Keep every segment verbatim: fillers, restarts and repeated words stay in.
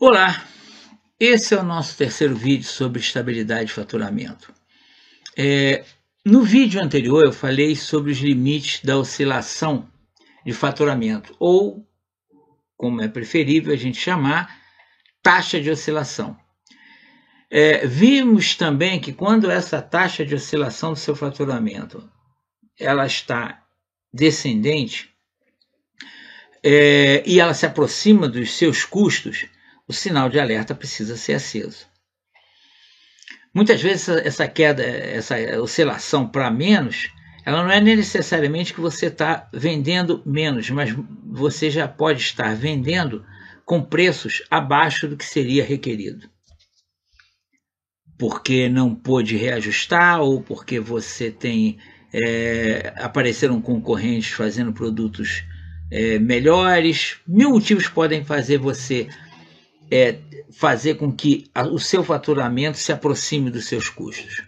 Olá, esse é o nosso terceiro vídeo sobre estabilidade de faturamento. É, no vídeo anterior eu falei sobre os limites da oscilação de faturamento, ou, como é preferível a gente chamar, taxa de oscilação. É, vimos também que quando essa taxa de oscilação do seu faturamento ela está descendente é, e ela se aproxima dos seus custos, o sinal de alerta precisa ser aceso. Muitas vezes essa queda, essa oscilação para menos, ela não é necessariamente que você está vendendo menos, mas você já pode estar vendendo com preços abaixo do que seria requerido. Porque não pôde reajustar ou porque você tem é, apareceram concorrentes fazendo produtos é, melhores. Mil motivos podem fazer você É, fazer com que a, o seu faturamento se aproxime dos seus custos.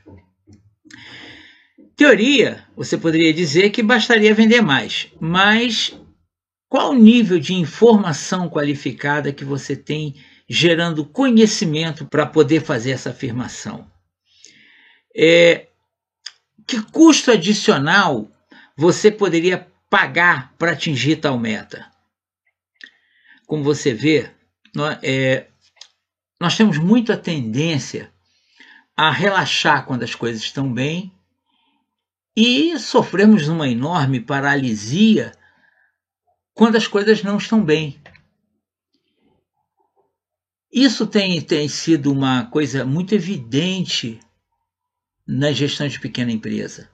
Teoria, você poderia dizer que bastaria vender mais, mas qual o nível de informação qualificada que você tem gerando conhecimento para poder fazer essa afirmação? É, que custo adicional você poderia pagar para atingir tal meta? Como você vê, Nós, é, nós temos muita tendência a relaxar quando as coisas estão bem e sofremos uma enorme paralisia quando as coisas não estão bem. Isso tem, tem sido uma coisa muito evidente na gestão de pequena empresa.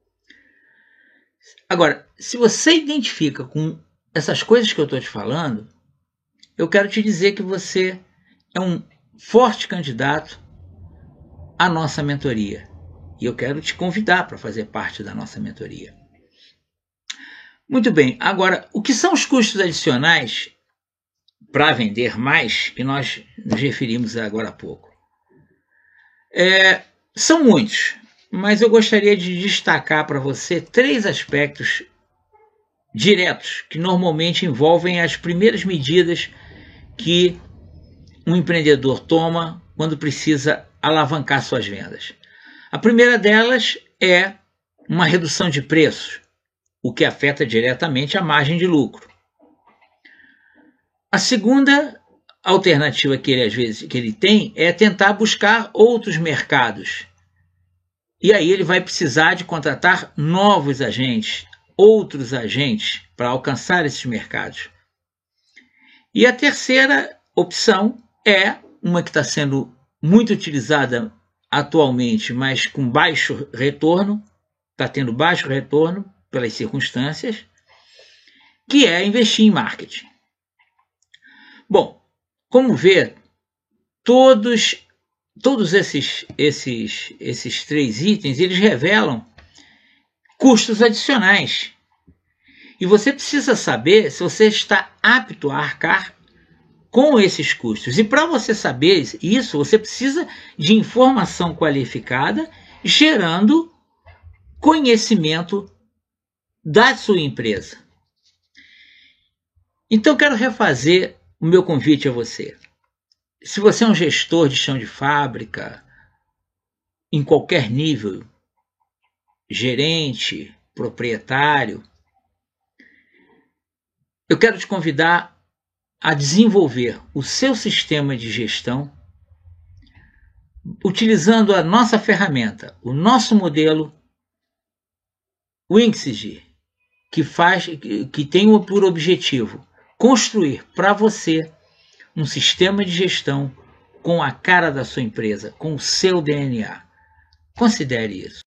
Agora, se você identifica com essas coisas que eu estou te falando, eu quero te dizer que você é um forte candidato à nossa mentoria. E eu quero te convidar para fazer parte da nossa mentoria. Muito bem, agora, o que são os custos adicionais para vender mais, que nós nos referimos agora há pouco? É, são muitos, mas eu gostaria de destacar para você três aspectos diretos que normalmente envolvem as primeiras medidas que um empreendedor toma quando precisa alavancar suas vendas. A primeira delas é uma redução de preços, o que afeta diretamente a margem de lucro. A segunda alternativa que ele às vezes que ele tem é tentar buscar outros mercados. E aí ele vai precisar de contratar novos agentes, outros agentes para alcançar esses mercados. E a terceira opção é uma que está sendo muito utilizada atualmente, mas com baixo retorno, está tendo baixo retorno pelas circunstâncias, que é investir em marketing. Bom, como vê, todos, todos esses, esses, esses três itens, eles revelam custos adicionais. E você precisa saber se você está apto a arcar com esses custos. E para você saber isso, você precisa de informação qualificada, gerando conhecimento da sua empresa. Então, quero refazer o meu convite a você. Se você é um gestor de chão de fábrica, em qualquer nível, gerente, proprietário, eu quero te convidar a desenvolver o seu sistema de gestão utilizando a nossa ferramenta, o nosso modelo Wingsid, que faz, que tem por objetivo construir para você um sistema de gestão com a cara da sua empresa, com o seu D N A. Considere isso.